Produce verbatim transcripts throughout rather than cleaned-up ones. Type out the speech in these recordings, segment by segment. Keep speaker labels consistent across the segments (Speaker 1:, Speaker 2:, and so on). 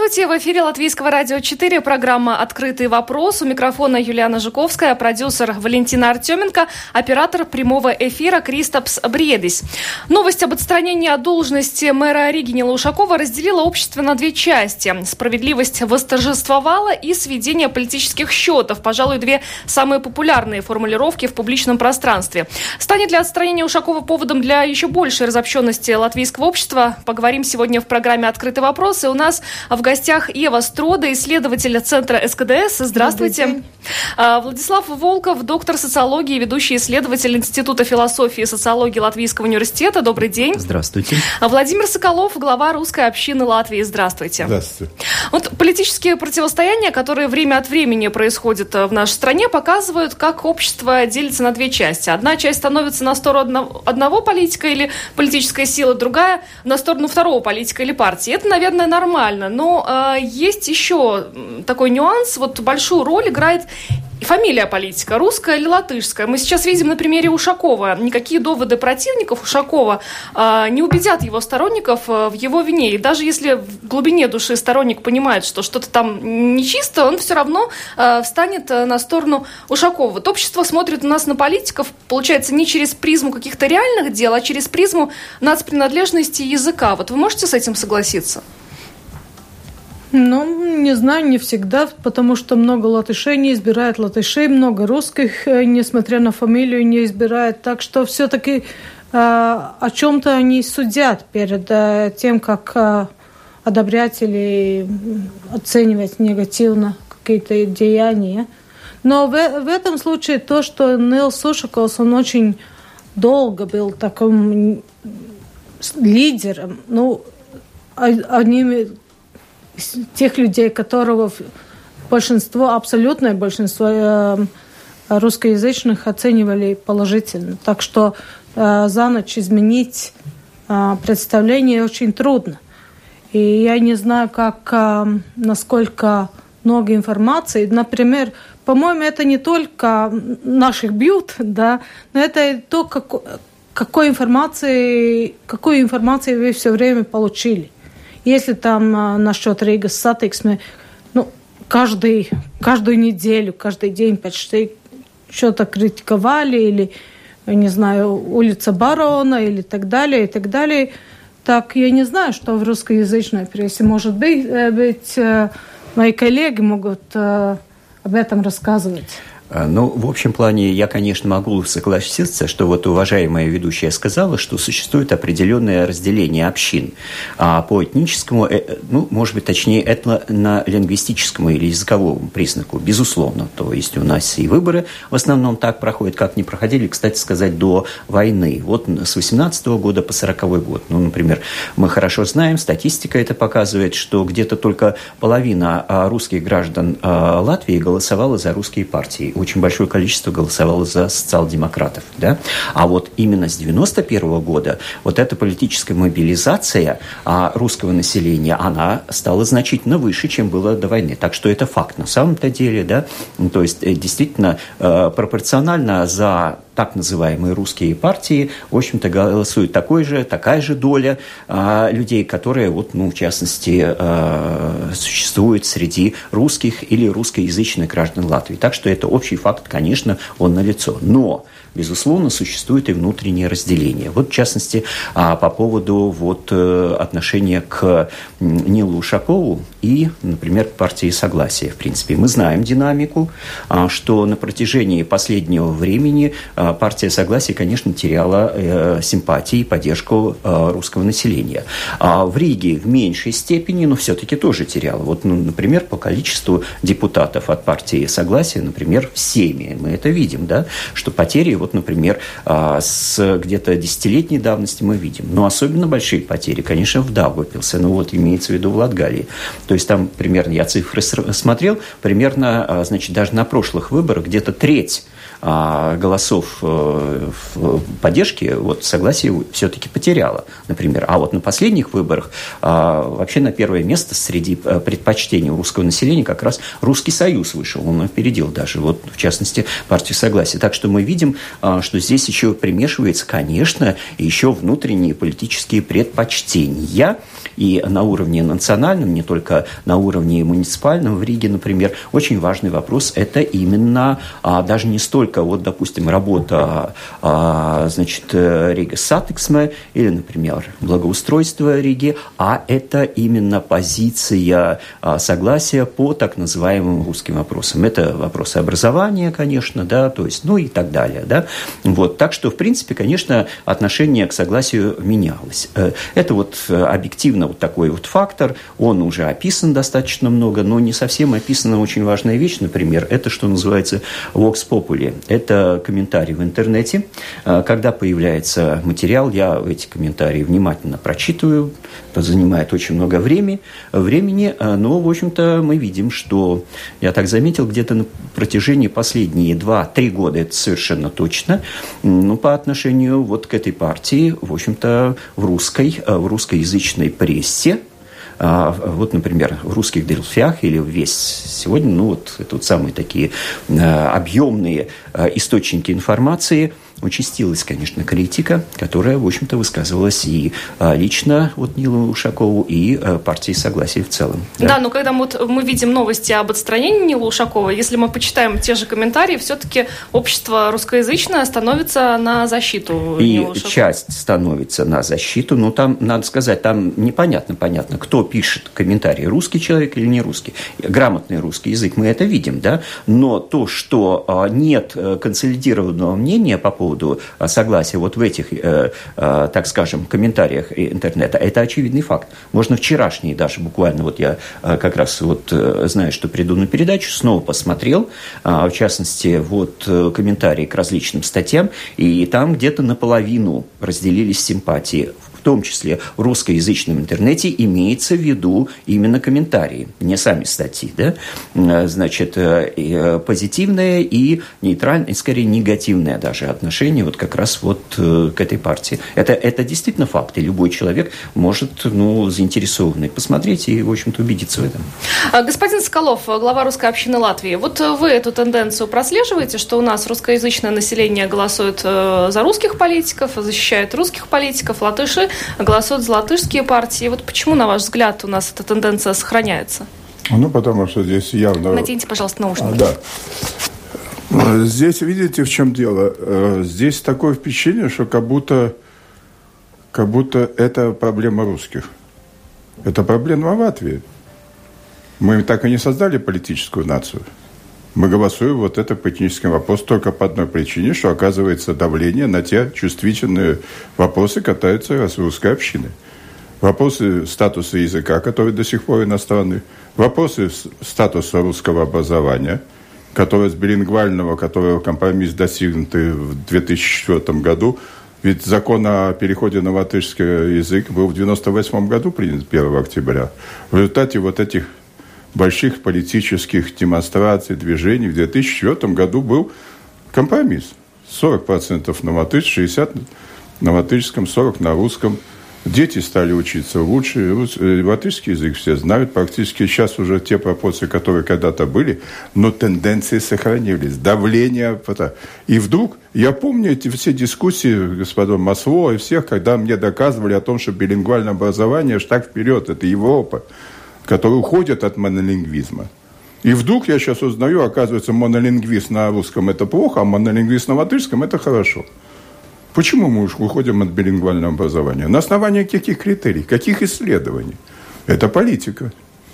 Speaker 1: Здравствуйте, в эфире Латвийского радио четыре, программа «Открытый вопрос». У микрофона Юлиана Жуковская, продюсер Валентина Артеменко, оператор прямого эфира Кристопс Бриедис. Новость об отстранении от должности мэра Риги Нила Ушакова разделила общество на две части. Справедливость восторжествовала и сведение политических счетов. Пожалуй, две самые популярные формулировки в публичном пространстве. Станет ли отстранение Ушакова поводом для еще большей разобщенности латвийского общества? Поговорим сегодня в программе «Открытый вопрос». И у нас в гостях Ева Строда, исследователь Центра эс ка дэ эс. Здравствуйте. Владислав Волков, доктор социологии, ведущий исследователь Института философии и социологии Латвийского университета. Добрый день. Здравствуйте. Владимир Соколов, глава русской общины Латвии. Здравствуйте. Здравствуйте. Вот политические противостояния, которые время от времени происходят в нашей стране, показывают, как общество делится на две части. Одна часть становится на сторону одного политика или политической силы, другая на сторону второго политика или партии. Это, наверное, нормально. Но э, есть еще такой нюанс. Вот большую роль играет фамилия политика, русская или латышская. Мы сейчас видим на примере Ушакова. Никакие доводы противников Ушакова э, не убедят его сторонников э, в его вине. И даже если в глубине души сторонник понимает, что что-то там нечисто, он все равно э, встанет э, на сторону Ушакова. Вот общество смотрит у нас на политиков, получается, не через призму каких-то реальных дел, а через призму нацпринадлежности языка. Вот вы можете с этим согласиться?
Speaker 2: Ну, не знаю, не всегда, потому что много латышей не избирает латышей, много русских, несмотря на фамилию, не избирает. Так что все-таки э, о чем-то они судят перед э, тем, как э, одобрять или оценивать негативно какие-то деяния. Но в, в этом случае то, что Нилс Ушаковs, он очень долго был таким лидером, ну, одним тех людей, которого большинство, абсолютное большинство э, русскоязычных оценивали положительно. Так что э, за ночь изменить э, представление очень трудно. И я не знаю, как, э, насколько много информации. Например, по-моему, это не только наших бьют, да, но это то, как, какой информации, какую информацию вы все время получили. Если там а, насчет Риgas сатиксме, ну, каждый, каждую неделю, каждый день почти что-то критиковали, или, не знаю, улица Барона, или так далее, и так далее, так я не знаю, что в русскоязычной прессе может быть, быть мои коллеги могут об этом рассказывать.
Speaker 3: Ну, в общем плане, я, конечно, могу согласиться, что вот уважаемая ведущая сказала, что существует определенное разделение общин а по этническому, ну, может быть, точнее, этнолингвистическому или языковому признаку, безусловно. То есть у нас и выборы в основном так проходят, как не проходили, кстати сказать, до войны. Вот с восемнадцатого года по сороковой год. Ну, например, мы хорошо знаем, статистика это показывает, что где-то только половина русских граждан Латвии голосовала за русские партии. Очень большое количество голосовало за социал-демократов. Да? А вот именно с девяносто первого года вот эта политическая мобилизация а, русского населения, она стала значительно выше, чем было до войны. Так что это факт на самом-то деле. Да? То есть действительно э, пропорционально за так называемые русские партии, в общем-то, голосует такой же, такая же доля а, людей, которые, вот, ну, в частности, а, существуют среди русских или русскоязычных граждан Латвии. Так что это общий факт, конечно, он налицо. Но, безусловно, существует и внутреннее разделение. Вот, в частности, а, по поводу вот, отношения к Нилу Ушакову и, например, к партии Согласия. В принципе, мы знаем динамику, а, что на протяжении последнего времени а, партия Согласия, конечно, теряла э, симпатии и поддержку э, русского населения. А в Риге в меньшей степени, но все-таки тоже теряла. Вот, ну, например, по количеству депутатов от партии Согласия, например, в Сейме. Мы это видим, да, что потери, вот, например, э, с где-то десятилетней давности мы видим. Но особенно большие потери, конечно, в Даугавпилсе, ну вот имеется в виду в Латгалии. То есть там примерно, я цифры смотрел, примерно, значит, даже на прошлых выборах где-то треть голосов поддержки, вот согласие все-таки потеряло, например. А вот на последних выборах вообще на первое место среди предпочтений русского населения как раз Русский Союз вышел. Он опередил даже, вот, в частности, партию Согласия. Так что мы видим, что здесь еще примешивается, конечно, еще внутренние политические предпочтения. И на уровне национальном, не только на уровне муниципальном в Риге, например, очень важный вопрос – это именно а, даже не столько, вот, допустим, работа а, значит, Рига Сатексме или, например, благоустройство Риги, а это именно позиция а, согласия по так называемым русским вопросам. Это вопросы образования, конечно, да, то есть, ну и так далее, да. Вот, так что, в принципе, конечно, отношение к согласию менялось. Это вот объективно вот такой вот фактор, он уже описан достаточно много, но не совсем описана очень важная вещь, например, это, что называется Vox Populi. Это комментарий в интернете. Когда появляется материал, я эти комментарии внимательно прочитываю, занимает очень много времени, времени, но, в общем-то, мы видим, что, я так заметил, где-то на протяжении последние два-три года, это совершенно точно, ну, по отношению вот к этой партии, в общем-то, в русской, в русскоязычной прессе, вот, например, в русских Дельфях или в Весть сегодня, ну, вот это вот самые такие объемные источники информации, участилась, конечно, критика, которая, в общем-то, высказывалась и а, лично вот Нилу Ушакову, и а, партии Согласия в целом.
Speaker 1: Да, да, но когда мы, вот, мы видим новости об отстранении Нилы Ушакова, если мы почитаем те же комментарии, все-таки общество русскоязычное становится на защиту
Speaker 3: и
Speaker 1: Нилы Ушаковой.
Speaker 3: И часть становится на защиту, но там, надо сказать, там непонятно, понятно, кто пишет комментарии, русский человек или не русский. Грамотный русский язык, мы это видим, да, но то, что а, нет консолидированного мнения по поводу согласия вот в этих, э, э, так скажем, комментариях интернета, это очевидный факт. Можно вчерашний даже буквально, вот я э, как раз вот э, знаю, что приду на передачу, снова посмотрел, э, в частности, вот э, комментарии к различным статьям, и там где-то наполовину разделились симпатии. В том числе в русскоязычном интернете имеется в виду именно комментарии, не сами статьи, да? Значит, позитивное и нейтральное, и скорее негативное даже отношение вот как раз вот к этой партии. Это, это действительно факт, и любой человек может, ну, заинтересованный посмотреть и, в общем-то, убедиться в этом.
Speaker 1: Господин Соколов, глава русской общины Латвии, вот вы эту тенденцию прослеживаете, что у нас русскоязычное население голосует за русских политиков, защищает русских политиков, латыши голосуют за латышские партии. Вот почему, на ваш взгляд, у нас эта тенденция сохраняется?
Speaker 4: Ну, потому что здесь явно...
Speaker 1: Наденьте, пожалуйста, наушники.
Speaker 4: А, да. Здесь, видите, в чем дело? Здесь такое впечатление, что как будто, как будто это проблема русских. Это проблема Латвии. Мы так и не создали политическую нацию. Мы голосуем вот это по этническим вопросам только по одной причине, что оказывается давление на те чувствительные вопросы, касаются русской общины. Вопросы статуса языка, который до сих пор иностранный, вопросы статуса русского образования, которое с билингвального, которого компромисс достигнутый в две тысячи четвёртом году, ведь закон о переходе на латышский язык был в девяносто восьмом году принят первого октября. В результате вот этих больших политических демонстраций, движений в две тысячи четвёртом году был компромисс. сорок процентов на латышском, шестьдесят процентов на латышском, сорок процентов на русском. Дети стали учиться лучше. Латышский язык все знают. Практически сейчас уже те пропорции, которые когда-то были, но тенденции сохранились. Давление. И вдруг, я помню эти все дискуссии господа Масло и всех, когда мне доказывали о том, что билингвальное образование шаг вперед, это Европа, которые уходят от монолингвизма. И вдруг я сейчас узнаю, оказывается, монолингвист на русском – это плохо, а монолингвист на латышском – это хорошо. Почему мы уходим от билингвального образования? На основании каких критерий, каких исследований? Это политика.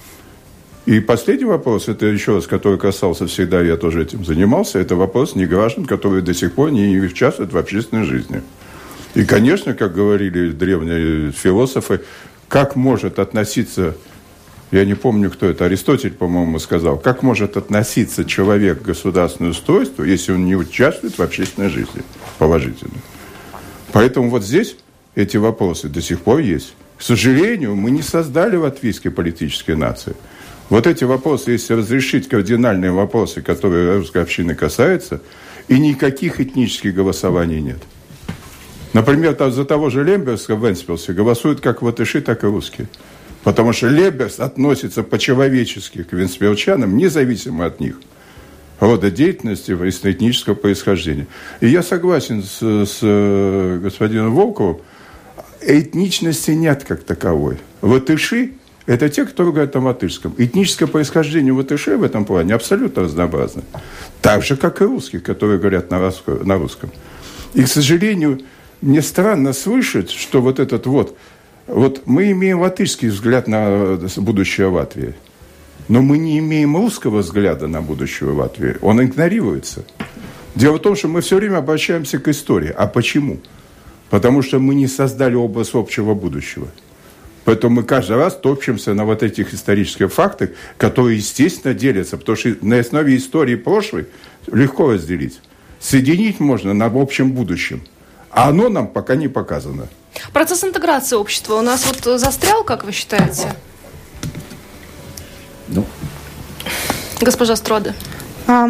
Speaker 4: И последний вопрос, это еще раз, который касался всегда, я тоже этим занимался, это вопрос неграждан, которые до сих пор не участвуют в общественной жизни. И, конечно, как говорили древние философы, как может относиться... Я не помню, кто это, Аристотель, по-моему, сказал, как может относиться человек к государственному устройству, если он не участвует в общественной жизни положительно. Поэтому вот здесь эти вопросы до сих пор есть. К сожалению, мы не создали латвийской политической нации. Вот эти вопросы, если разрешить кардинальные вопросы, которые русской общины касаются, И никаких этнических голосований нет. Например, за того же Лемберса в Вентспилсе голосуют как латыши, так и русские. Потому что Лемберс относится по-человечески к вентспилчанам, независимо от них, рода деятельности и этнического происхождения. И я согласен с, с господином Волковым, этничности нет как таковой. Латыши – это те, кто говорят на латышском. Этническое происхождение латышей в этом плане абсолютно разнообразно. Так же, как и русских, которые говорят на русском. И, к сожалению, мне странно слышать, что вот этот вот... Вот мы имеем латышский взгляд на будущее Латвии, но мы не имеем русского взгляда на будущее Латвии. Он игнорируется. Дело в том, что мы все время обращаемся к истории. А почему? Потому что мы не создали образ общего будущего. Поэтому мы каждый раз топчемся на вот этих исторических фактах, которые, естественно, делятся. Потому что на основе истории прошлой легко разделить. Соединить можно на общем будущем. А оно нам пока не показано.
Speaker 1: Процесс интеграции общества у нас вот застрял, как вы считаете?
Speaker 3: Ну.
Speaker 1: Госпожа Строде.
Speaker 2: А,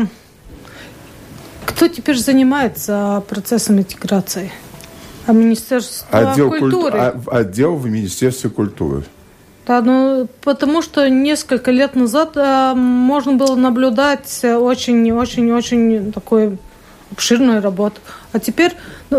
Speaker 2: кто теперь занимается процессом интеграции? А Министерство
Speaker 4: отдел
Speaker 2: культуры?
Speaker 4: Культу... Отдел в Министерстве культуры.
Speaker 2: Да, ну, потому что несколько лет назад а, можно было наблюдать очень-очень-очень такую обширную работу. А теперь... Ну,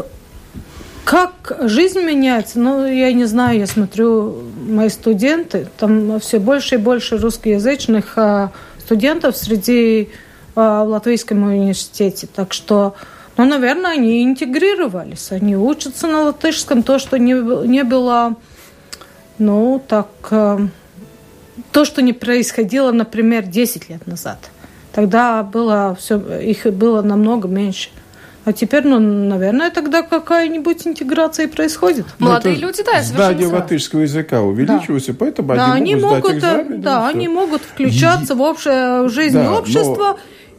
Speaker 2: как жизнь меняется, ну, я не знаю, я смотрю, мои студенты, там все больше и больше русскоязычных а, студентов среди а, в Латвийском университете. Так что, ну, наверное, они интегрировались, они учатся на латышском, то, что не, не было, ну, так, а, то, что не происходило, например, десять лет назад. Тогда было все, их было намного меньше. А теперь, ну, наверное, тогда какая-нибудь интеграция происходит.
Speaker 1: Молодые люди, да, совершенно.
Speaker 4: Знание латышского языка увеличивается, да. Поэтому
Speaker 2: да,
Speaker 4: они,
Speaker 2: они
Speaker 4: могут
Speaker 2: могут,
Speaker 4: сдать экзамен.
Speaker 2: да, они могут включаться и... в, общее, в жизнь
Speaker 4: да,
Speaker 2: общества. Но...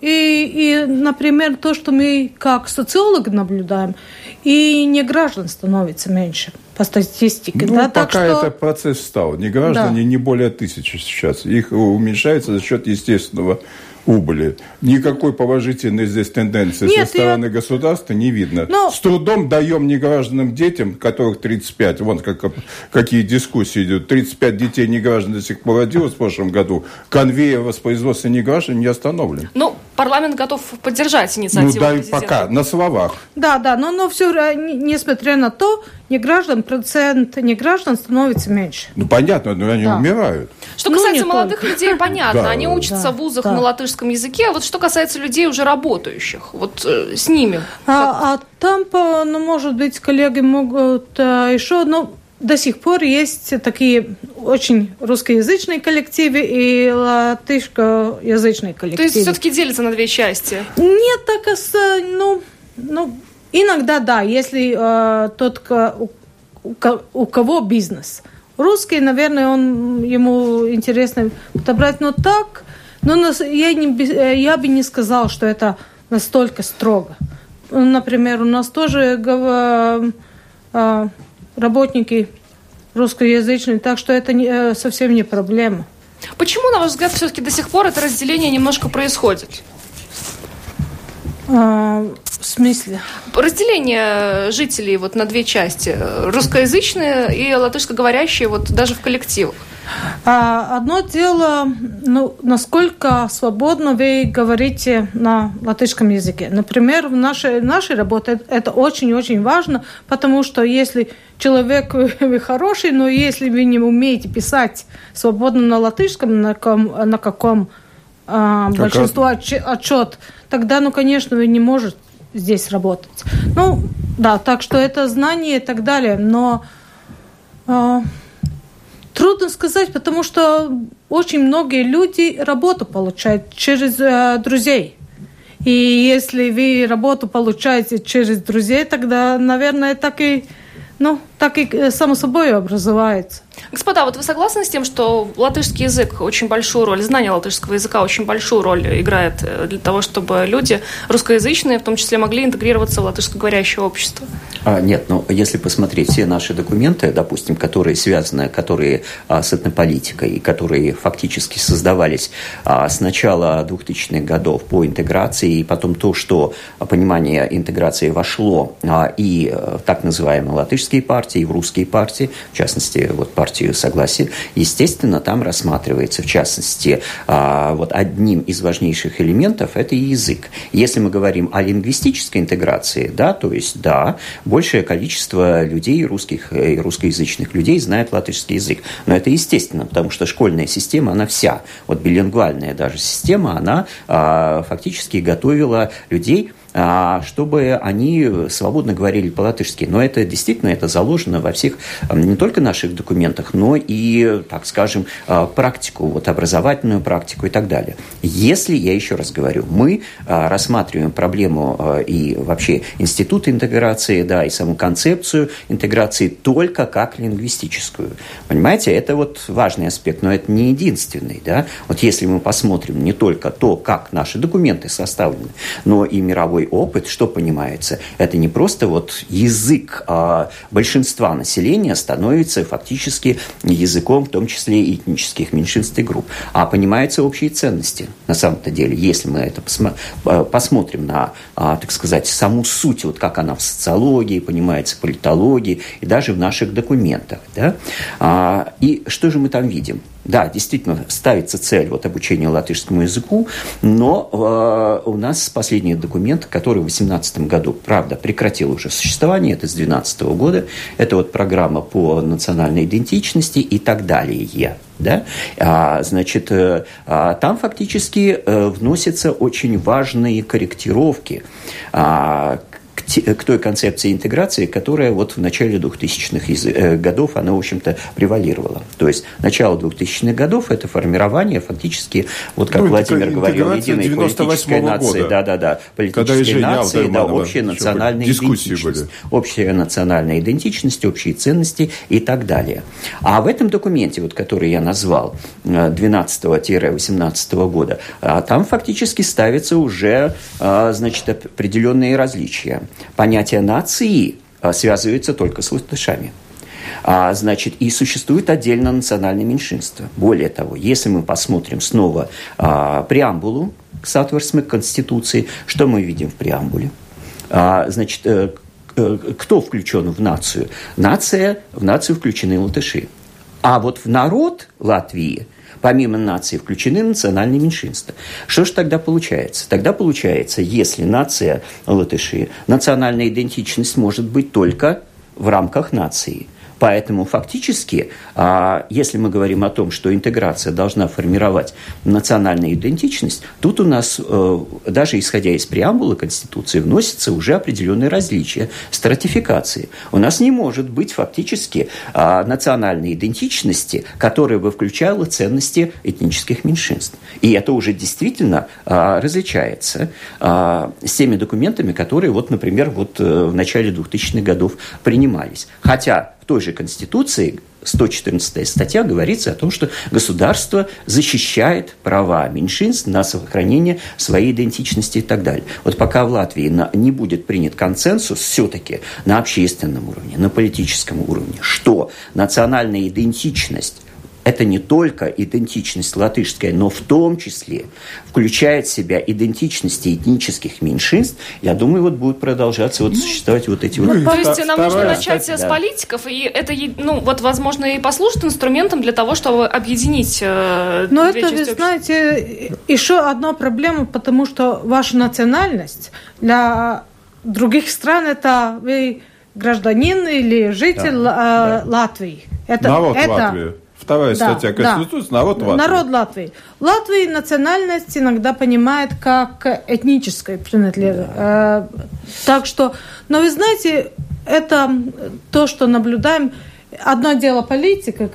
Speaker 2: И, и, например, то, что мы как социологи наблюдаем, и неграждан становится меньше по статистике.
Speaker 4: Ну,
Speaker 2: да,
Speaker 4: пока
Speaker 2: так что...
Speaker 4: этот процесс стал. Неграждане да. не более тысячи сейчас. Их уменьшается за счет естественного убыли. Никакой положительной здесь тенденции Нет, со стороны я... государства не видно. Но... С трудом даем негражданным детям, которых тридцать пять, вон как, какие дискуссии идут, тридцать пять детей неграждан до сих пор родилось в прошлом году, конвейер воспроизводства неграждан не остановлен.
Speaker 1: Ну, парламент готов поддержать инициативу
Speaker 4: Ну, да,
Speaker 1: президента.
Speaker 4: пока, на словах.
Speaker 2: Да, да, но, но все, несмотря на то, неграждан, процент неграждан становится меньше.
Speaker 4: Ну, понятно, но они да. умирают.
Speaker 1: Что
Speaker 2: ну,
Speaker 1: касается молодых только. людей, понятно,
Speaker 4: да,
Speaker 1: они учатся
Speaker 2: да,
Speaker 1: в вузах
Speaker 2: да.
Speaker 1: на латышском языке, а вот что касается людей уже работающих, вот э, с ними.
Speaker 2: А, а там, ну, может быть, коллеги могут а, еще, но до сих пор есть такие очень русскоязычные коллективы и латышскоязычные коллективы.
Speaker 1: То есть все-таки делится на две части?
Speaker 2: Нет, так, ну, ну иногда да, если э, тот, у, у кого бизнес. Русский, наверное, он, ему интересно подобрать, но так, но я, не, я бы не сказала, что это настолько строго. Например, у нас тоже э, э, работники русскоязычные, так что это не, э, совсем не проблема.
Speaker 1: Почему, на ваш взгляд, все-таки до сих пор это разделение немножко происходит?
Speaker 2: А, в смысле?
Speaker 1: Разделение жителей вот на две части. Русскоязычные и латышскоговорящие вот даже в коллективах.
Speaker 2: А, одно дело, ну, насколько свободно вы говорите на латышском языке. Например, в нашей, в нашей работе это очень-очень важно, потому что если человек вы хороший, но если вы не умеете писать свободно на латышском, на каком, на каком а, большинство отчет, тогда, ну, конечно, вы не можете здесь работать. Ну, да, так что это знание и так далее, но а, трудно сказать, потому что очень многие люди работу получают через а, друзей. И если вы работу получаете через друзей, тогда, наверное, так и, ну, так и само собой образуется.
Speaker 1: Господа, вот вы согласны с тем, что латышский язык очень большую роль, знание латышского языка очень большую роль играет для того, чтобы люди русскоязычные, в том числе, могли интегрироваться в латышскоговорящее общество?
Speaker 3: А, нет, ну, если посмотреть все наши документы, допустим, которые связаны, которые а, с этнополитикой, и которые фактически создавались а, с начала двухтысячных годов по интеграции, и потом то, что понимание интеграции вошло а, и в так называемые латышские партии, и в русские партии, в частности, вот партию Согласия, естественно, там рассматривается, в частности, а, вот одним из важнейших элементов – это язык. Если мы говорим о лингвистической интеграции, да, то есть, да, большее количество людей, русских и русскоязычных людей, знает латышский язык. Но это естественно, потому что школьная система, она вся, вот билингвальная даже система, она а, фактически готовила людей, чтобы они свободно говорили по-латышски. Но это действительно это заложено во всех, не только наших документах, но и, так скажем, практику, вот образовательную практику и так далее. Если, я еще раз говорю, мы рассматриваем проблему и вообще институт интеграции, да, и саму концепцию интеграции только как лингвистическую. Понимаете, это вот важный аспект, но это не единственный, да. Вот если мы посмотрим не только то, как наши документы составлены, но и мировой опыт, что понимается? Это не просто вот язык а большинства населения становится фактически языком, в том числе и этнических меньшинств и групп, а понимаются общие ценности. На самом-то деле, если мы это посмо- посмотрим на, а, так сказать, саму суть, вот как она в социологии, понимается, политологии и даже в наших документах, да? А, и что же мы там видим? Да, действительно, ставится цель вот, обучения латышскому языку, но э, у нас последний документ, который в две тысячи восемнадцатом году, правда, прекратил уже существование, это с две тысячи двенадцатого года, это вот программа по национальной идентичности и так далее. Да? А, значит, э, а, там фактически э, вносятся очень важные корректировки а, к той концепции интеграции, которая вот в начале двухтысячных годов, она, в общем-то, превалировала. То есть начало двухтысячных годов – это формирование фактически, вот как ну, Владимир говорил, единой политической нации, да-да-да, политической нации, да, общая национальная идентичность, общая национальная идентичность, общие ценности и так далее. А в этом документе, вот, который я назвал, двенадцатого-восемнадцатого года, там фактически ставятся уже, значит, определенные различия. Понятие нации связывается только с латышами. А, значит, и существует отдельно национальное меньшинство. Более того, если мы посмотрим снова а, преамбулу к Сатверсме, к Конституции, что мы видим в преамбуле? А, значит, э, э, кто включен в нацию? Нация, в нацию включены латыши. А вот в народ Латвии помимо нации включены национальные меньшинства. Что же тогда получается? Тогда получается, если нация латыши, национальная идентичность может быть только в рамках нации. Поэтому фактически, если мы говорим о том, что интеграция должна формировать национальную идентичность, тут у нас, даже исходя из преамбулы Конституции, вносятся уже определенные различия, стратификации. У нас не может быть фактически национальной идентичности, которая бы включала ценности этнических меньшинств. И это уже действительно различается с теми документами, которые, вот, например, вот в начале двухтысячных годов принимались. Хотя в той же Конституции, сто четырнадцатая статья, говорится о том, что государство защищает права меньшинств на сохранение своей идентичности и так далее. Вот пока в Латвии не будет принят консенсус все-таки на общественном уровне, на политическом уровне, что национальная идентичность это не только идентичность латышская, но в том числе включает в себя идентичности этнических меньшинств. Я думаю, вот будут продолжаться вот существовать вот эти ну, вот...
Speaker 1: То есть нам нужно начать с да. политиков, и это, ну, вот, возможно, и послужит инструментом для того, чтобы объединить э,
Speaker 2: Но это, вы знаете, еще одна проблема, потому что ваша национальность для других стран это вы гражданин или житель да, э, да. Латвии. Это,
Speaker 4: народ
Speaker 2: это,
Speaker 4: Латвии. Вторая да, статья Конституции, да. народ Латвии.
Speaker 2: Народ Латвии. В Латвии национальность иногда понимает как этническая принадлежность. Да. Так что, но вы знаете, это то, что наблюдаем. Одно дело политика,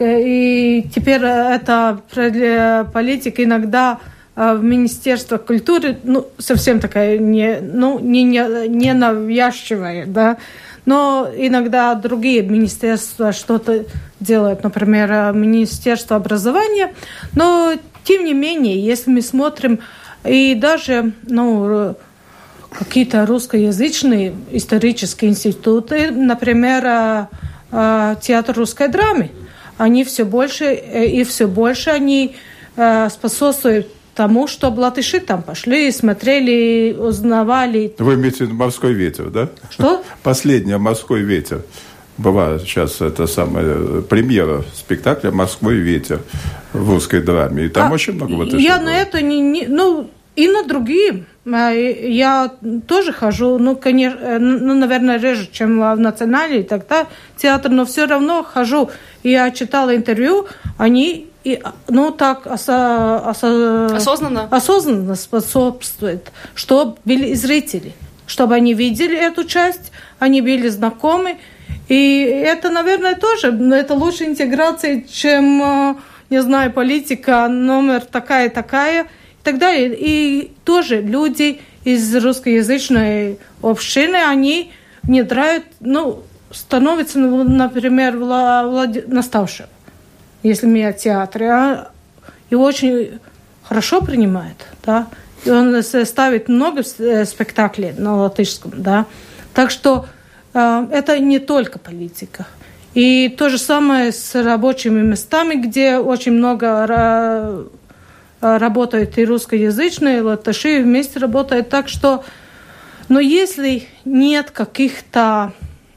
Speaker 2: и теперь это политика иногда в Министерстве культуры, ну, совсем такая не, ну, не, не, не навязчивая, да. Но иногда другие министерства что-то делают, например, Министерство образования. Но, тем не менее, если мы смотрим, и даже ну, какие-то русскоязычные исторические институты, например, театр русской драмы, они все больше и все больше они способствуют тому, чтобы латыши там пошли, смотрели, узнавали.
Speaker 4: Вы имеете в виду «Морской ветер», да?
Speaker 2: Что?
Speaker 4: Последняя «Морской ветер». Была сейчас это самая премьера спектакля «Морской ветер» в русской драме. И там а очень много латышей.
Speaker 2: Я
Speaker 4: было.
Speaker 2: на это не, не... Ну, и на другие. Я тоже хожу, ну, конечно, ну, наверное, реже, чем в национальный тогда театр, но все равно хожу. Я читала интервью, они... И, ну, так осо, осо,
Speaker 1: осознанно.
Speaker 2: осознанно способствует, чтобы были зрители, чтобы они видели эту часть, они были знакомы. И это, наверное, тоже это лучше интеграция, чем, не знаю, политика номер такая-такая и так далее. И тоже люди из русскоязычной общины, они внедряют, ну, становятся, например, влад... наставшим. Если мы о театре, а его очень хорошо принимают, да, и он ставит много спектаклей на латышском, да, так что э, это не только политика. И то же самое с рабочими местами, где очень много ра- работают и русскоязычные, и латыши вместе работают, так что, но если нет каких-то,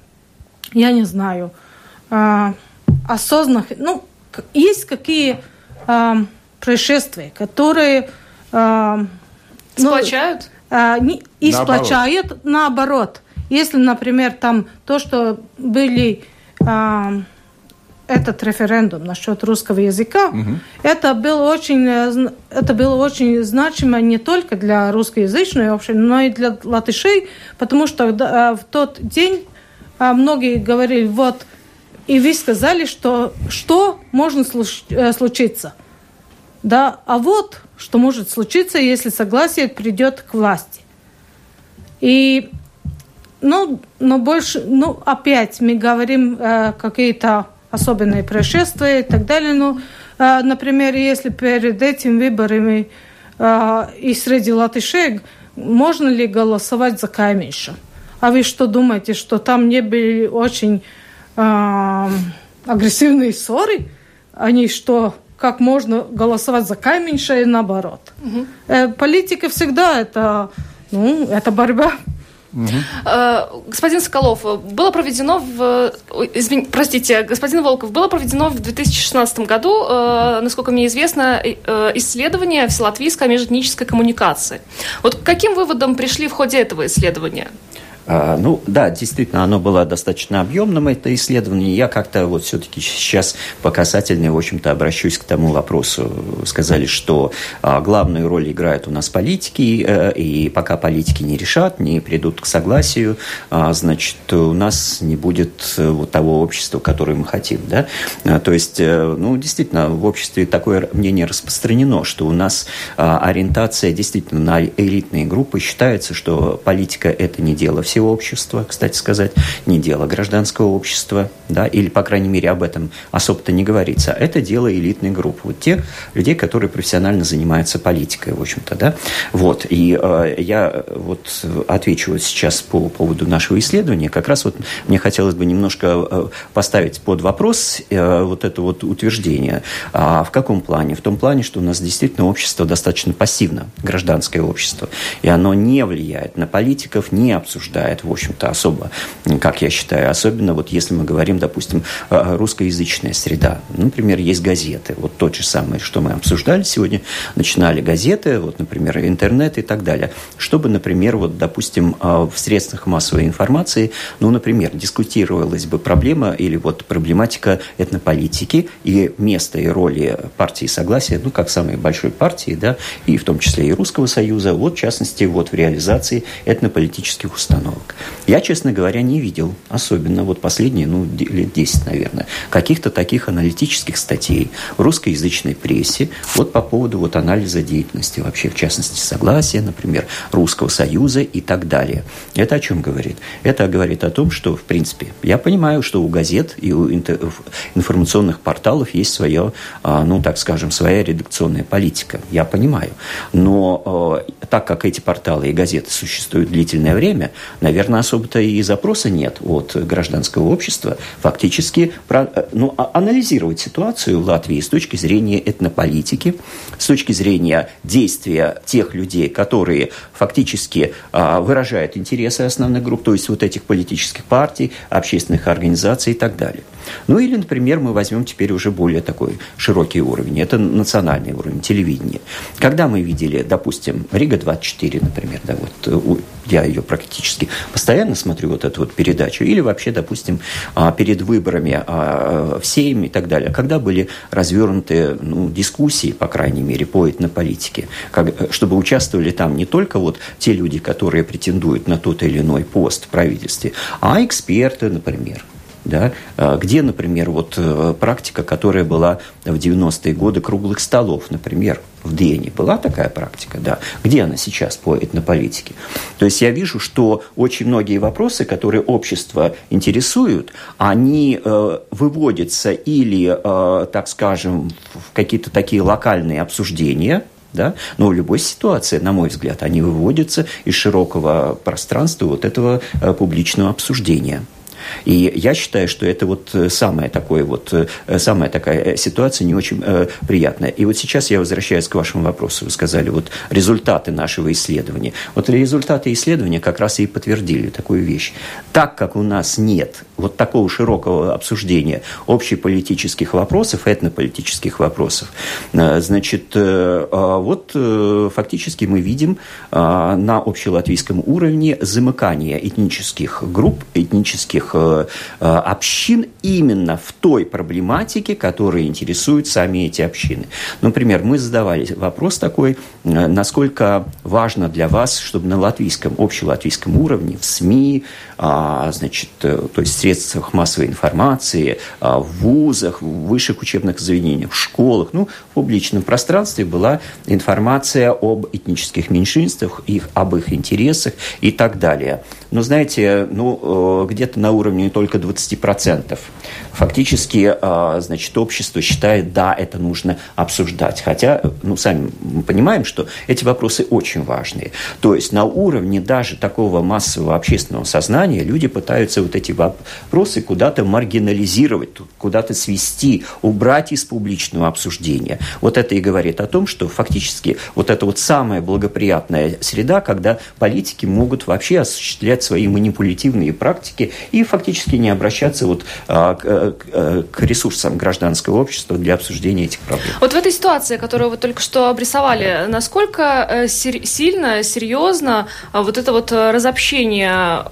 Speaker 2: я не знаю, э, осознанных, ну, есть какие э, происшествия, которые э,
Speaker 1: сплочают?
Speaker 2: Ну, э, не, и наоборот. сплочают наоборот. Если, например, там то, что были э, этот референдум насчет русского языка, угу. это было очень, это было очень значимо не только для русскоязычной общины, но и для латышей, потому что э, в тот день э, многие говорили, вот. И вы сказали, что что может случиться. Да, а вот что может случиться, если согласие придет к власти. И, ну, но больше, ну, опять мы говорим э, какие-то особенные происшествия и так далее. Ну, э, например, если перед этими выборами э, и среди латышей можно ли голосовать за Каймиша? А вы что думаете, что там не были очень агрессивные ссоры, они что, как можно голосовать за Каймиша и наоборот. Угу. Э, политика всегда это, ну, это борьба.
Speaker 1: Угу. Господин Соколов, было проведено в... Извин, простите, господин Волков, было проведено в две тысячи шестнадцатом году, насколько мне известно, исследование вселатвийской межэтнической коммуникации. Вот к каким выводам пришли в ходе этого исследования?
Speaker 3: А, ну, да, действительно, оно было достаточно объемным, это исследование. Я как-то вот все-таки сейчас по касательной, в общем-то, обращусь к тому вопросу. Сказали, что а, главную роль играют у нас политики, а, и пока политики не решат, не придут к согласию, а, значит, у нас не будет вот того общества, которое мы хотим, да. А, то есть, ну, действительно, в обществе такое мнение распространено, что у нас а, ориентация действительно на элитные группы. Считается, что политика – это не дело всего всего общества, кстати сказать, не дело гражданского общества, да, или, по крайней мере, об этом особо-то не говорится. Это дело элитной группы, вот тех людей, которые профессионально занимаются политикой, в общем-то, да. Вот, и э, я вот отвечу вот сейчас по поводу нашего исследования. Как раз вот мне хотелось бы немножко э, поставить под вопрос э, вот это вот утверждение. А в каком плане? В том плане, что у нас действительно общество достаточно пассивно, гражданское общество, и оно не влияет на политиков, не обсуждает, в общем-то, особо, как я считаю, особенно вот если мы говорим, допустим, русскоязычная среда. Например, есть газеты. Вот то же самое, что мы обсуждали сегодня. Начинали газеты, вот, например, интернет и так далее. Чтобы, например, вот, допустим, в средствах массовой информации, ну, например, дискутировалась бы проблема или вот проблематика этнополитики и место и роли партии Согласия, ну, как самой большой партии, да, и в том числе и Русского Союза, вот, в частности, вот, в реализации этнополитических установок. установок. Я, честно говоря, не видел, особенно вот последние, ну, лет десять, наверное, каких-то таких аналитических статей в русскоязычной прессе вот по поводу вот анализа деятельности вообще, в частности, согласия, например, Русского Союза и так далее. Это о чем говорит? Это говорит о том, что, в принципе, я понимаю, что у газет и у информационных порталов есть свое, ну, так скажем, своя редакционная политика. Я понимаю. Но так как эти порталы и газеты существуют длительное время, наверное, особо-то и запроса нет от гражданского общества фактически ну, анализировать ситуацию в Латвии с точки зрения этнополитики, с точки зрения действия тех людей, которые фактически выражают интересы основных групп, то есть вот этих политических партий, общественных организаций и так далее. Ну или, например, мы возьмем теперь уже более такой широкий уровень. Это национальный уровень телевидения. Когда мы видели, допустим, Рига двадцать четыре, например, да, вот я ее практически постоянно смотрю, вот эту вот передачу, или вообще, допустим, перед выборами в Сейм и так далее, когда были развернуты ну, дискуссии, по крайней мере, по этнополитике, как, чтобы участвовали там не только вот те люди, которые претендуют на тот или иной пост в правительстве, а эксперты, например. Да, где, например, вот практика, которая была в девяностые годы круглых столов, например, в Дене. Была такая практика, да. Где она сейчас по этнополитике? То есть я вижу, что очень многие вопросы, которые общество интересуют, они э, выводятся или, э, так скажем, в какие-то такие локальные обсуждения, да? Но в любой ситуации, на мой взгляд, они выводятся из широкого пространства вот этого э, публичного обсуждения. И я считаю, что это вот самая, такое вот, самая такая ситуация не очень э, приятная. И вот сейчас я возвращаюсь к вашему вопросу. Вы сказали, вот результаты нашего исследования. Вот результаты исследования как раз и подтвердили такую вещь. Так как у нас нет вот такого широкого обсуждения общеполитических вопросов, этнополитических вопросов, э, значит, э, вот э, фактически мы видим э, на общелатвийском уровне замыкание этнических групп, этнических общин именно в той проблематике, которая интересует сами эти общины. Например, мы задавали вопрос такой, насколько важно для вас, чтобы на латвийском, общелатвийском уровне, в СМИ, значит, то есть в средствах массовой информации, в вузах, в высших учебных заведениях, в школах, ну, в публичном пространстве была информация об этнических меньшинствах, их, об их интересах и так далее. Но, знаете, ну, где-то на уровне только двадцать процентов. Фактически, значит, общество считает, да, это нужно обсуждать. Хотя, ну, сами мы понимаем, что эти вопросы очень важные. То есть на уровне даже такого массового общественного сознания люди пытаются вот эти вопросы куда-то маргинализировать, куда-то свести, убрать из публичного обсуждения. Вот это и говорит о том, что фактически вот это вот самая благоприятная среда, когда политики могут вообще осуществлять свои манипулятивные практики и фактически не обращаться вот а, к, к ресурсам гражданского общества для обсуждения этих проблем.
Speaker 1: Вот в этой ситуации, которую вы только что обрисовали, насколько сер- сильно, серьезно вот это вот разобщение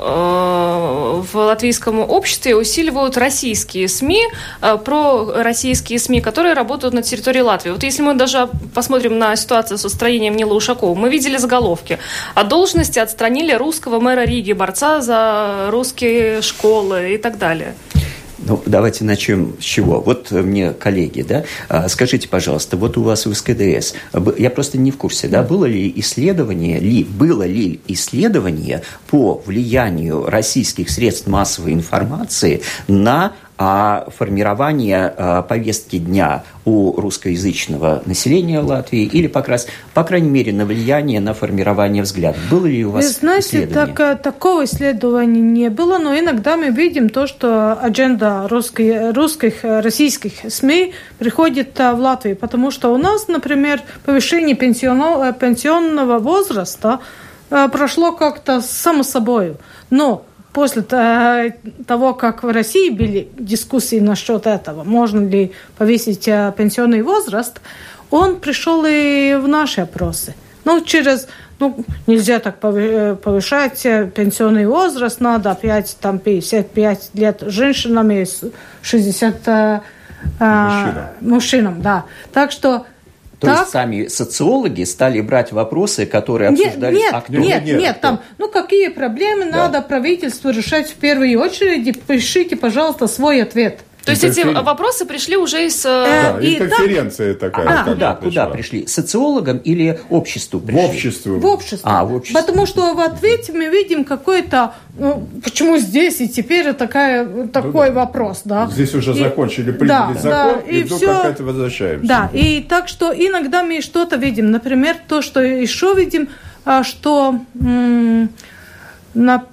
Speaker 1: в латвийском обществе усиливают российские СМИ, пророссийские СМИ, которые работают на территории Латвии? Вот если мы даже посмотрим на ситуацию с отстранением Нила Ушакова, мы видели заголовки: от должности отстранили русского мэра Риги, борца за русские школы и так далее.
Speaker 3: Ну, давайте начнем с чего. Вот мне коллеги, да, скажите, пожалуйста, вот у вас в СКДС, я просто не в курсе, да, было ли исследование, ли, было ли исследование по влиянию российских средств массовой информации на а формирование а, повестки дня у русскоязычного населения Латвии или, по, крайней, по крайней мере, на влияние на формирование взглядов? Было ли у вас
Speaker 2: Вы знаете,
Speaker 3: исследование?
Speaker 2: Так, такого исследования не было, но иногда мы видим то, что адженда русских, русских российских СМИ приходит в Латвию, потому что у нас, например, повышение пенсионного, пенсионного возраста прошло как-то само собой, но после того, как в России были дискуссии насчет этого, можно ли повысить пенсионный возраст, он пришел и в наши опросы. Ну, через, ну, нельзя так повышать пенсионный возраст, надо опять там пятьдесят пять лет женщинам и шестьдесят мужчинам. мужчинам, да. Так что
Speaker 3: То
Speaker 2: так.
Speaker 3: есть сами социологи стали брать вопросы, которые обсуждались
Speaker 2: нет,
Speaker 3: актуально?
Speaker 2: Нет, нет, нет, там, ну какие проблемы да. надо правительству решать в первую очередь, пишите, пожалуйста, свой ответ.
Speaker 1: То есть эти вопросы пришли уже из...
Speaker 4: Да, и, и конференция там... такая.
Speaker 3: А, куда, куда пришли? Социологам или обществу пришли?
Speaker 4: В обществу.
Speaker 2: В обществу.
Speaker 3: А, в обществу.
Speaker 2: Потому что в ответе мы видим какой-то... Ну, почему здесь и теперь такая, такой ну, вопрос, да?
Speaker 4: Здесь уже
Speaker 2: и,
Speaker 4: закончили, приняли
Speaker 2: да,
Speaker 4: закон,
Speaker 2: да,
Speaker 4: и, и вдруг все, опять возвращаемся.
Speaker 2: Да, и так что иногда мы что-то видим. Например, то, что еще видим, что м- на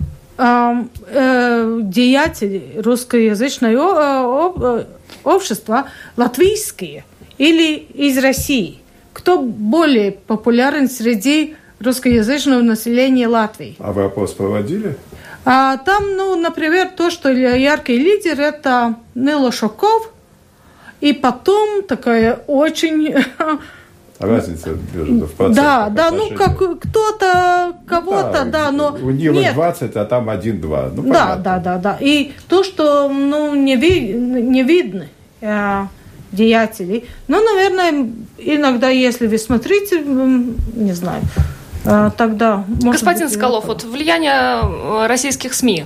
Speaker 2: деятели русскоязычного общества латвийские или из России. Кто более популярен среди русскоязычного населения Латвии?
Speaker 4: А вы опрос проводили?
Speaker 2: А, там, ну, например, то, что яркий лидер – это Нила Шоков, и потом такая очень...
Speaker 4: Разница между в процентах.
Speaker 2: Да, да, ну как кто-то, кого-то, да, да, но
Speaker 4: у Нилы двадцать, а там один-два. Ну,
Speaker 2: да, да, да, да. И то, что ну, не, ви, не видно э, деятелей, ну, наверное, иногда, если вы смотрите, не знаю, э, тогда...
Speaker 1: Господин
Speaker 2: быть,
Speaker 1: Соколов, вот влияние российских СМИ.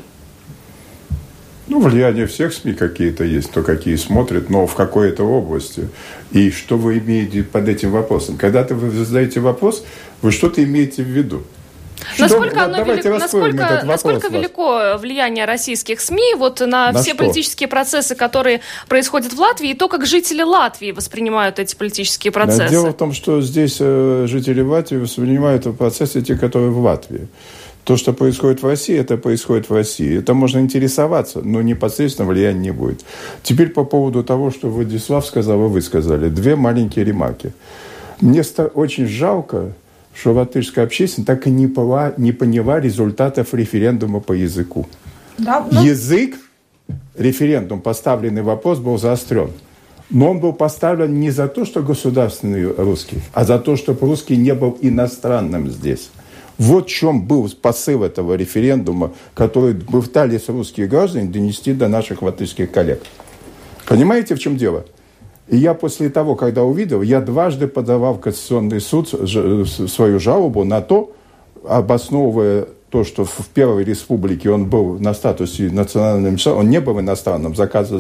Speaker 4: Ну, влияние всех СМИ какие-то есть, кто какие смотрит, но в какой-то области. И что вы имеете под этим вопросом? Когда-то вы задаете вопрос, вы что-то имеете в виду.
Speaker 1: Насколько,
Speaker 4: что,
Speaker 1: оно
Speaker 4: вот,
Speaker 1: велик, насколько, насколько велико влияние российских СМИ вот на, на все что? политические процессы, которые происходят в Латвии, и то, как жители Латвии воспринимают эти политические процессы?
Speaker 4: Дело в том, что здесь э, жители Латвии воспринимают процессы те, которые в Латвии. То, что происходит в России, это происходит в России. Это можно интересоваться, но непосредственно влияния не будет. Теперь по поводу того, что Владислав сказал, и вы сказали. Две маленькие ремарки. Мне очень жалко, что латышская общественность так и не поняла, не поняла результатов референдума по языку. Да, но... Язык, референдум, поставленный вопрос был заострен. Но он был поставлен не за то, что государственный русский, а за то, чтобы русский не был иностранным здесь. Вот в чем был посыл этого референдума, который пытались русские граждане донести до наших латышских коллег. Понимаете, в чем дело? И я после того, когда увидел, я дважды подавал в Конституционный суд свою жалобу на то, обосновывая то, что в Первой Республике он был на статусе национального меньшинства, он не был иностранным,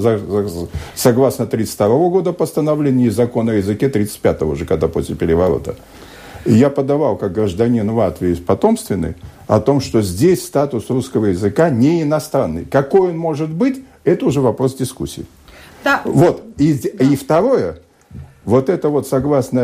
Speaker 4: согласно тридцать второго года постановления и закона о языке тридцать пятого уже, когда после переворота. И я подавал, как гражданин Латвии потомственный, о том, что здесь статус русского языка не иностранный. Какой он может быть, это уже вопрос дискуссии. Да. Вот. И, да. и второе, вот это вот согласно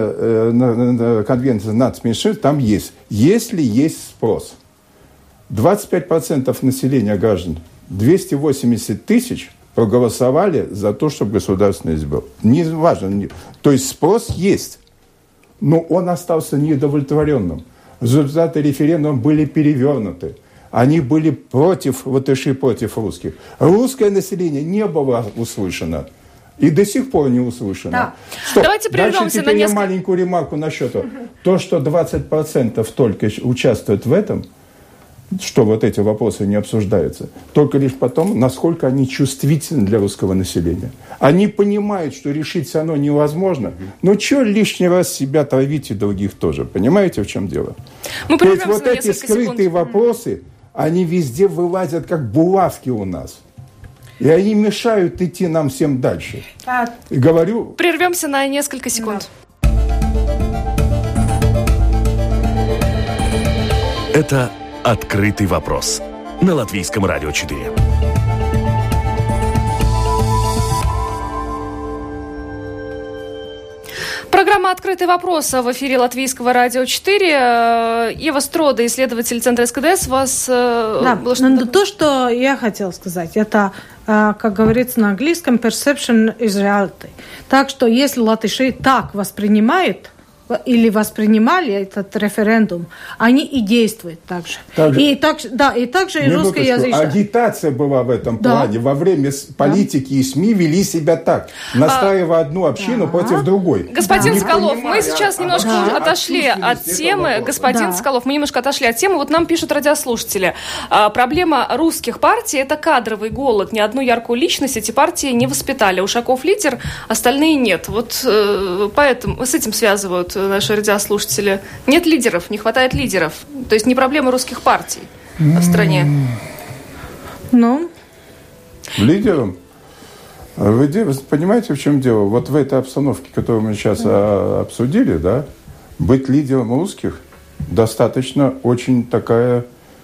Speaker 4: э, конвенции нацменьшинств, там есть. Если есть спрос, двадцать пять процентов населения граждан, двести восемьдесят тысяч проголосовали за то, чтобы государственный язык был. Не важно. Не, то есть спрос есть. Но он остался неудовлетворенным. Результаты референдума были перевернуты. Они были против латышей, против русских. Русское население не было услышано. И до сих пор не услышано. Да. Стоп.
Speaker 1: Давайте прервемся
Speaker 4: Дальше теперь
Speaker 1: на несколько...
Speaker 4: я маленькую ремарку насчет того. То, что двадцать процентов только участвуют в этом, что вот эти вопросы не обсуждаются, только лишь потом, насколько они чувствительны для русского населения. Они понимают, что решить все равно невозможно, но что лишний раз себя травить и других тоже. Понимаете, в чем дело?
Speaker 1: Мы
Speaker 4: То есть вот эти
Speaker 1: секунд.
Speaker 4: скрытые вопросы, они везде вылазят как булавки у нас. И они мешают идти нам всем дальше. А... И говорю...
Speaker 1: Прервемся на несколько секунд.
Speaker 5: Да. Это «Открытый вопрос» на Латвийском радио четыре.
Speaker 1: Программа «Открытый вопрос» в эфире Латвийского радио четыре. Ева Строда, исследователь Центра СКДС, вас...
Speaker 2: Да, было что-то... то, что я хотела сказать, это, как говорится на английском, perception is reality. Так что если латыши так воспринимают или воспринимали этот референдум, они и действуют так же.
Speaker 4: Также,
Speaker 2: и так, да, и также и русскоязычные.
Speaker 4: Агитация была в этом
Speaker 2: да.
Speaker 4: плане. Во время политики да. и СМИ вели себя так, настраивая а, одну общину да. против другой.
Speaker 1: Господин
Speaker 4: да.
Speaker 1: Соколов, мы сейчас немножко да. отошли от темы. Господин да. Соколов, мы немножко отошли от темы. Вот нам пишут радиослушатели. А, проблема русских партий – это кадровый голод. Ни одну яркую личность эти партии не воспитали. Ушаков лидер, остальные нет. Вот э, поэтому с этим связывают наши радиослушатели. Нет лидеров, не хватает лидеров. То есть не проблема русских партий в стране.
Speaker 2: Ну?
Speaker 4: Лидером? Вы понимаете, в чем дело? Вот в этой обстановке, которую мы сейчас а, обсудили, да, быть лидером русских достаточно очень такая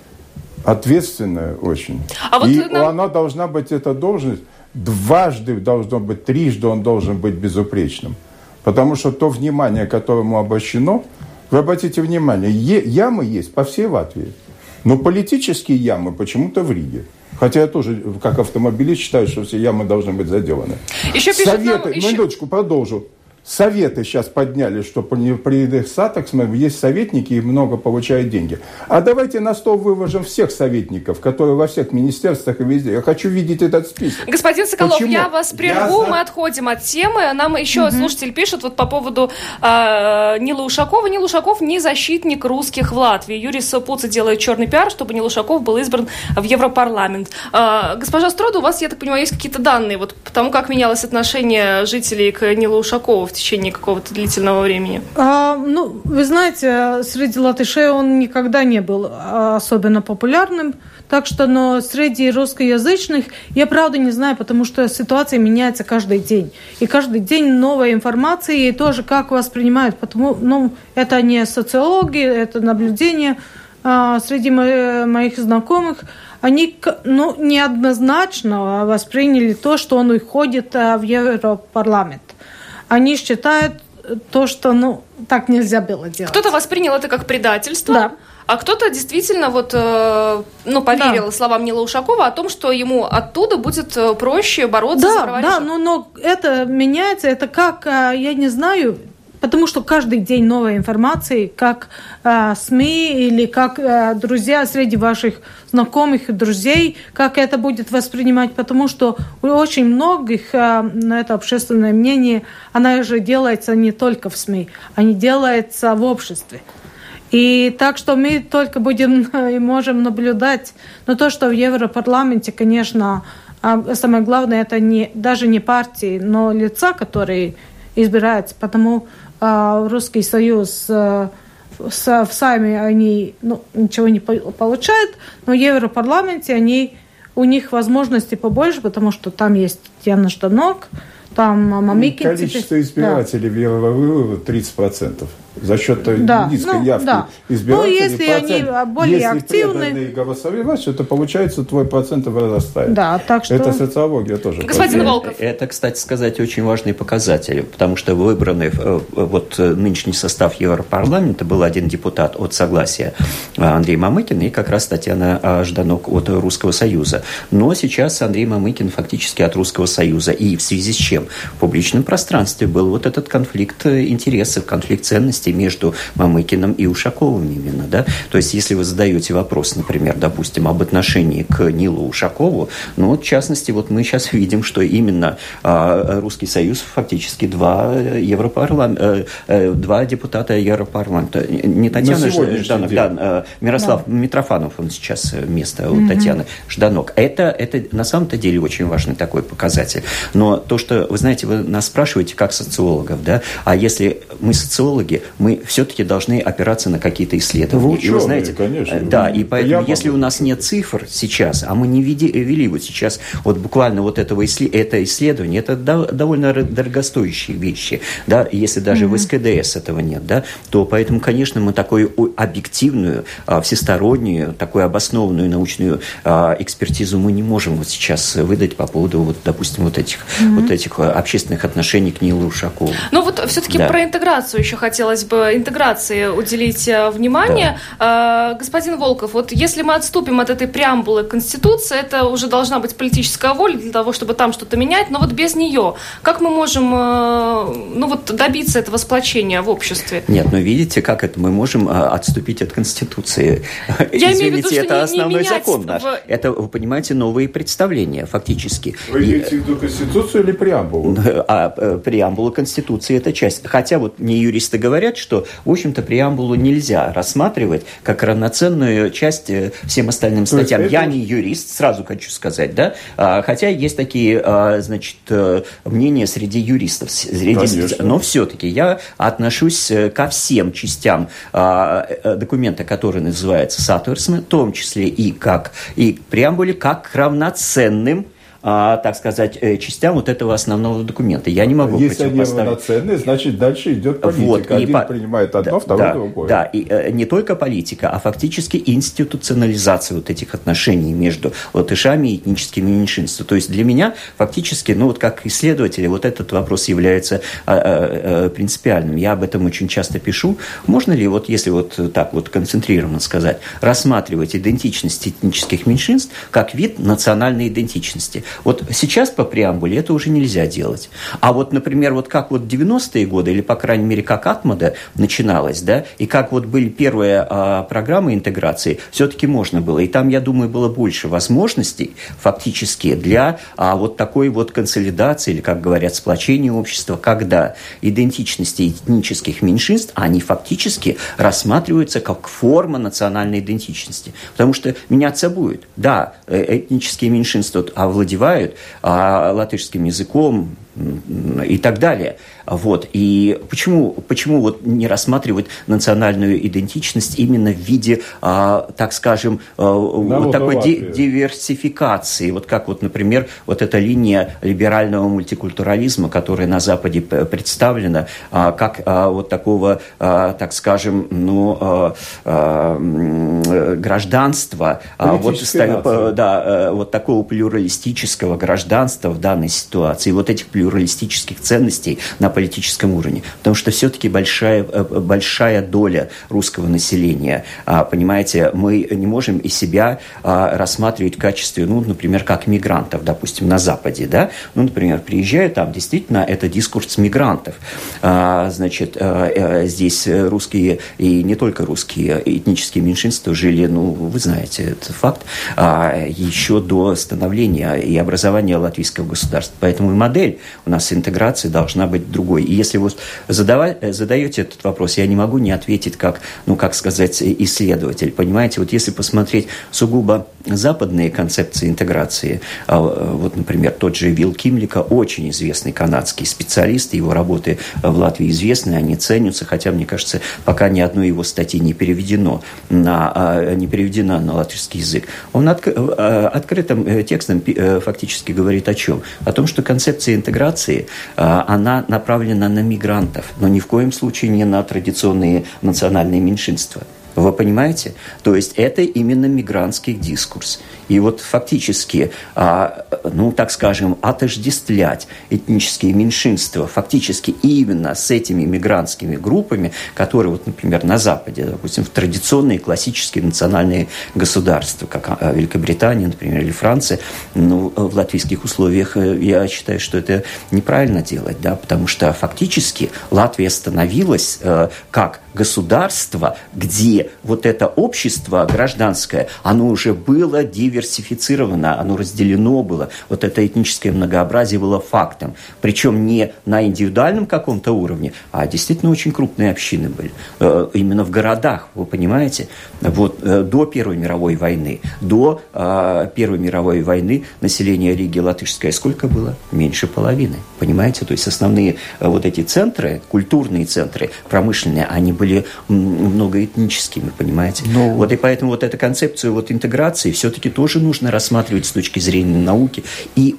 Speaker 4: ответственная очень. А вот И нам... она должна быть, эта должность, дважды должно быть, трижды он должен быть безупречным. Потому что то внимание, которому обращено, вы обратите внимание, е- ямы есть по всей Латвии. Но политические ямы почему-то в Риге. Хотя я тоже, как автомобилист, считаю, что все ямы должны быть заделаны.
Speaker 1: Еще пишут
Speaker 4: Советы,
Speaker 1: нам, еще...
Speaker 4: минуточку, продолжу. Советы сейчас подняли, что при, при индексатах есть советники и много получают деньги. А давайте на стол выложим всех советников, которые во всех министерствах и везде. Я хочу видеть этот список.
Speaker 1: Господин Соколов,
Speaker 4: Почему?
Speaker 1: я вас прерву,
Speaker 4: я...
Speaker 1: мы отходим от темы. Нам еще угу. слушатель пишет вот по поводу э, Нила Ушакова. Нил Ушаков не защитник русских в Латвии. Юрий Сопуца делает черный пиар, чтобы Нил Ушаков был избран в Европарламент. Э, госпожа Строда, у вас, я так понимаю, есть какие-то данные вот по тому, как менялось отношение жителей к Нилу Ушакову в течение какого-то длительного времени?
Speaker 2: А, ну, вы знаете, среди латышей он никогда не был особенно популярным, так что, но среди русскоязычных я, правда, не знаю, потому что ситуация меняется каждый день. И каждый день новая информация, и тоже как воспринимают. Потому, ну, это не социологи, это наблюдение а, среди мо- моих знакомых. Они, ну, неоднозначно восприняли то, что он уходит а, в Европарламент. Они считают то, что, ну, так нельзя было делать.
Speaker 1: Кто-то воспринял это как предательство,
Speaker 2: да.
Speaker 1: а кто-то действительно вот, э, ну, поверил да. словам Нила Ушакова о том, что ему оттуда будет проще бороться
Speaker 2: да,
Speaker 1: за права
Speaker 2: Да, но, но это меняется, это как, я не знаю, потому что каждый день новая информация, как э, СМИ или как э, друзья среди ваших знакомых и друзей, как это будет воспринимать, потому что у очень многих э, на это общественное мнение, оно же делается не только в СМИ, оно делается в обществе. И так что мы только будем и можем наблюдать. Но то, что в Европарламенте, конечно, э, самое главное, это не, даже не партии, но лица, которые избираются, потому Русский Союз в Сайме они ну, ничего не получают, но в Европарламенте они, у них возможности побольше, потому что там есть Татьяна Жданок, там Мамикин.
Speaker 4: Количество избирателей да. в Евровыборах тридцать процентов. За счет
Speaker 2: да.
Speaker 4: низкой
Speaker 2: ну,
Speaker 4: явки
Speaker 2: да.
Speaker 4: избирателей.
Speaker 2: Ну, если
Speaker 4: процент,
Speaker 2: они более
Speaker 4: если
Speaker 2: активны.
Speaker 4: Если голосовать, это получается, твой процент возрастает.
Speaker 2: Да, так что...
Speaker 4: Это социология тоже.
Speaker 1: Господин Волков.
Speaker 3: Это, кстати сказать, очень важный показатель, потому что выбранный вот нынешний состав Европарламента был один депутат от Согласия, Андрей Мамыкин, и как раз Татьяна Жданок от Русского Союза. Но сейчас Андрей Мамыкин фактически от Русского Союза. И в связи с чем? В публичном пространстве был вот этот конфликт интересов, конфликт ценностей между Мамыкиным и Ушаковым именно, да? То есть, если вы задаете вопрос, например, допустим, об отношении к Нилу Ушакову, ну, вот, в частности, вот мы сейчас видим, что именно а, Русский Союз фактически два, Европарлам... э, э, два депутата Европарламента. Не Татьяна Жданок, да, Мирослав да. Митрофанов, он сейчас вместо mm-hmm. Татьяны Жданок. Это, это на самом-то деле очень важный такой показатель. Но то, что, вы знаете, вы нас спрашиваете как социологов, да, а если мы социологи, мы все-таки должны опираться на какие-то исследования.
Speaker 4: Вы ученые,
Speaker 3: и вы знаете,
Speaker 4: конечно.
Speaker 3: Да, и поэтому,
Speaker 4: Я
Speaker 3: если могу. у нас нет цифр сейчас, а мы не вели, вели вот сейчас вот буквально вот этого, это исследование, это довольно дорогостоящие вещи, да, если даже mm-hmm. в эс ка дэ эс этого нет, да, то поэтому, конечно, мы такую объективную, всестороннюю, такую обоснованную научную экспертизу мы не можем вот сейчас выдать по поводу, вот, допустим, вот этих, mm-hmm. вот этих общественных отношений к Нилу Ушакову.
Speaker 1: Ну вот все-таки
Speaker 3: да.
Speaker 1: про интеграцию еще хотелось хотелось бы интеграции уделить внимание. Да. Господин Волков, вот если мы отступим от этой преамбулы Конституции, это уже должна быть политическая воля для того, чтобы там что-то менять, но вот без нее, как мы можем ну, вот, добиться этого сплочения в обществе?
Speaker 3: Нет, ну видите, как это мы можем отступить от Конституции?
Speaker 1: Я
Speaker 3: Извините,
Speaker 1: имею в виду, что
Speaker 3: это
Speaker 1: не,
Speaker 3: основной
Speaker 1: не
Speaker 3: закон наш.
Speaker 1: В...
Speaker 3: Это, вы понимаете, новые представления фактически.
Speaker 4: Вы имеете в виду Конституцию или преамбулу?
Speaker 3: А преамбула Конституции – это часть. Хотя вот мне юристы говорят, что, в общем-то, преамбулу нельзя рассматривать как равноценную часть всем остальным статьям. Это... Я не юрист, сразу хочу сказать, да? Хотя есть такие, значит, мнения среди юристов. Среди... Но все-таки я отношусь ко всем частям документа, который называется «Сатверсмен», в том числе и как и к преамбуле, как к равноценным, А, так сказать, частям вот этого основного документа. Я не могу
Speaker 4: Если
Speaker 3: противопоставить.
Speaker 4: Если они равноценны, значит, дальше идет политика.
Speaker 3: Вот,
Speaker 4: Один
Speaker 3: по...
Speaker 4: принимает одно,
Speaker 3: да,
Speaker 4: второй
Speaker 3: да,
Speaker 4: другое.
Speaker 3: Да, и э, не только политика, а фактически институционализация вот этих отношений между латышами и этническими меньшинствами. То есть для меня фактически, ну вот как исследователя, вот этот вопрос является э, э, принципиальным. Я об этом очень часто пишу. Можно ли, вот если вот так вот концентрированно сказать, рассматривать идентичность этнических меньшинств как вид национальной идентичности? Вот сейчас по преамбуле это уже нельзя делать. А вот, например, вот как вот в девяностые годы, или, по крайней мере, как Атмада начиналась, да, и как вот были первые а, программы интеграции, все-таки можно было. И там, я думаю, было больше возможностей фактически для а, вот такой вот консолидации, или, как говорят, сплочения общества, когда идентичности этнических меньшинств, они фактически рассматриваются как форма национальной идентичности. Потому что меняться будет. Да, этнические меньшинства овладевают а, латышским языком и так далее. Вот. И почему, почему вот не рассматривать национальную идентичность именно в виде, а, так скажем, а, вот такой ди- диверсификации? Вот как, вот, например, вот эта линия либерального мультикультурализма, которая на Западе представлена, а, как а, вот такого, а, так скажем, ну, а, а, гражданства, а, вот, да, вот такого плюралистического гражданства в данной ситуации, вот этих плюралистических ценностей на политическом уровне. Потому что все-таки большая, большая доля русского населения, понимаете, мы не можем и себя рассматривать в качестве, ну, например, как мигрантов, допустим, на Западе, да, ну, например, приезжая там, действительно, это дискурс мигрантов. Значит, здесь русские и не только русские этнические меньшинства жили, ну, вы знаете, это факт, еще до становления и образования латвийского государства. Поэтому и модель у нас интеграции должна быть другой. И если вы задавать, задаете этот вопрос, я не могу не ответить как, ну, как сказать, исследователь. Понимаете, вот если посмотреть сугубо западные концепции интеграции, вот, например, тот же Вилл Кимлика, очень известный канадский специалист, его работы в Латвии известны, они ценятся, хотя, мне кажется, пока ни одной его статьи не переведено на, не переведена на латышский язык. Он отк, открытым текстом фактически говорит о чем? О том, что концепция интеграции, она направлена на мигрантов, но ни в коем случае не на традиционные национальные меньшинства. Вы понимаете? То есть это именно мигрантский дискурс. И вот фактически, ну, так скажем, отождествлять этнические меньшинства фактически именно с этими мигрантскими группами, которые, вот, например, на Западе, допустим, в традиционные классические национальные государства, как Великобритания, например, или Франция, ну, в латвийских условиях я считаю, что это неправильно делать, да, потому что фактически Латвия становилась как государство, где вот это общество гражданское, оно уже было диверсифицировано, оно разделено было. Вот это этническое многообразие было фактом. Причем не на индивидуальном каком-то уровне, а действительно очень крупные общины были. Именно в городах, вы понимаете? Вот до Первой мировой войны, до Первой мировой войны население Риги латышское сколько было? Меньше половины. Понимаете? То есть основные вот эти центры, культурные центры, промышленные, они были были многоэтническими, понимаете? Но... Вот и поэтому вот эту концепцию вот интеграции все-таки тоже нужно рассматривать с точки зрения науки. И вот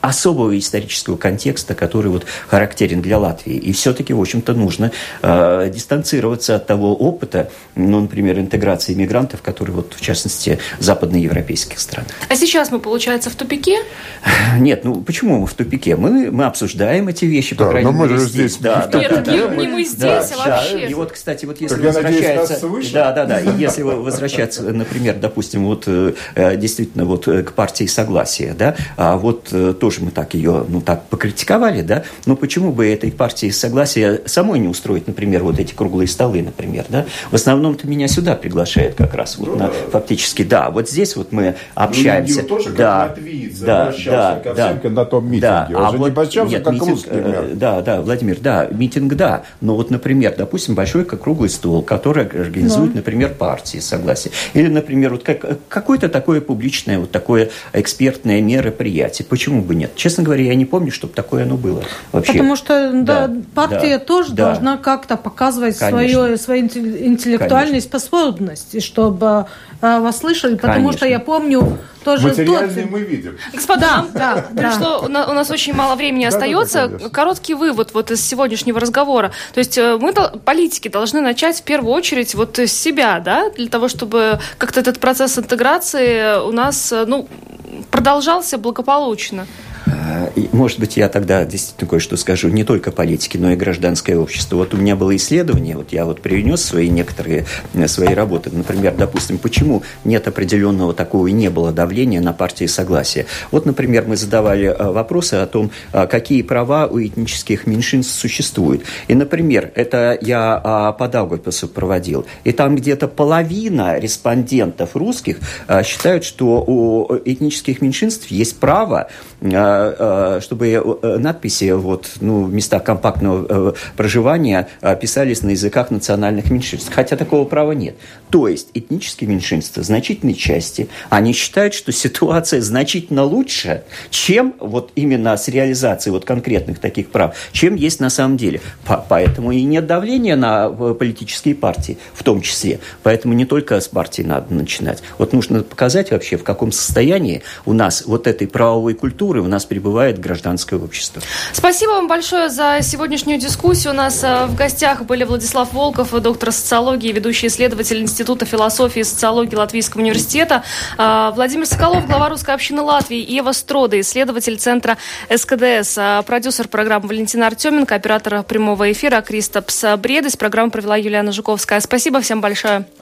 Speaker 3: особого исторического контекста, который вот характерен для Латвии. И все-таки, в общем-то, нужно э, дистанцироваться от того опыта, ну, например, интеграции мигрантов, которые, вот, в частности, западноевропейских стран.
Speaker 1: А сейчас мы, получается, в тупике?
Speaker 3: Нет, ну почему мы в тупике? Мы, мы обсуждаем эти вещи, по
Speaker 4: да,
Speaker 3: крайней мере,
Speaker 4: здесь.
Speaker 3: здесь. Да,
Speaker 1: Нет,
Speaker 3: да,
Speaker 1: не,
Speaker 3: да,
Speaker 1: не мы здесь,
Speaker 3: да,
Speaker 1: а вообще.
Speaker 3: Да. И вот, кстати, вот если
Speaker 4: так
Speaker 3: возвращаться...
Speaker 4: Я надеюсь,
Speaker 3: да, да, да. И если возвращаться, например, допустим, вот действительно вот к партии Согласия, да, а вот тоже мы так ее, ну, так покритиковали, да, но почему бы этой партии Согласия самой не устроить, например, вот эти круглые столы, например, да? В основном-то меня сюда приглашают как раз, вот, на, фактически, да, вот здесь вот мы общаемся.
Speaker 4: Ну, тоже
Speaker 3: да,
Speaker 4: как Латвиец
Speaker 3: да,
Speaker 4: обращался
Speaker 3: да,
Speaker 4: ко
Speaker 3: да,
Speaker 4: всем на том митинге.
Speaker 3: Да,
Speaker 4: Он
Speaker 3: а
Speaker 4: же
Speaker 3: вот,
Speaker 4: не обращался
Speaker 3: нет,
Speaker 4: как
Speaker 3: митинг,
Speaker 4: русский мэр.
Speaker 3: э, да, да, Владимир, да, митинг, да, но вот, например, допустим, большой как круглый стол, который организует, да. например, партии Согласия, или, например, вот как, какое-то такое публичное, вот такое экспертное мероприятие, почему бы нет? Честно говоря, я не помню, чтобы такое оно было вообще.
Speaker 2: Потому что да,
Speaker 3: да,
Speaker 2: партия
Speaker 3: да,
Speaker 2: тоже
Speaker 3: да.
Speaker 2: должна как-то показывать
Speaker 3: Конечно.
Speaker 2: свою, свои интеллектуальные Конечно. способности, чтобы э, вас слышали, потому
Speaker 3: Конечно.
Speaker 2: что я помню тоже...
Speaker 4: Материальные
Speaker 2: тот...
Speaker 4: мы видим.
Speaker 1: Господа,
Speaker 2: да,
Speaker 1: да,
Speaker 2: да.
Speaker 1: Что, у, нас, у нас очень мало времени
Speaker 4: да,
Speaker 1: остается.
Speaker 4: Да, да,
Speaker 1: Короткий вывод вот из сегодняшнего разговора. То есть мы, политики, должны начать в первую очередь вот с себя, да, для того, чтобы как-то этот процесс интеграции у нас, ну, продолжался благополучно.
Speaker 3: И, может быть, я тогда действительно кое-что скажу. Не только политики, но и гражданское общество. Вот у меня было исследование, вот я вот привнес свои некоторые свои работы. Например, допустим, почему нет определенного такого и не было давления на партии Согласия. Вот, например, мы задавали вопросы о том, какие права у этнических меньшинств существуют. И, например, это я по Даугавпилсу проводил. И там где-то половина респондентов русских считают, что у этнических меньшинств есть право, чтобы надписи вот, ну, в местах компактного проживания писались на языках национальных меньшинств. Хотя такого права нет. То есть этнические меньшинства в значительной части, они считают, что ситуация значительно лучше, чем вот именно с реализацией вот конкретных таких прав, чем есть на самом деле. Поэтому и нет давления на политические партии в том числе. Поэтому не только с партии надо начинать. Вот нужно показать вообще, в каком состоянии у нас вот этой правовой культуры у нас пребывает гражданское общество.
Speaker 1: Спасибо вам большое за сегодняшнюю дискуссию. У нас в гостях были Владислав Волков, доктор социологии, ведущий исследователь Института философии и социологии Латвийского университета, Владимир Соколов, глава русской общины Латвии, и Ева Строда, исследователь Центра эс ка дэ эс, продюсер программы Валентина Артеменко, оператор прямого эфира Кристопс Бредис. Программу провела Юлиана Жуковская. Спасибо всем большое.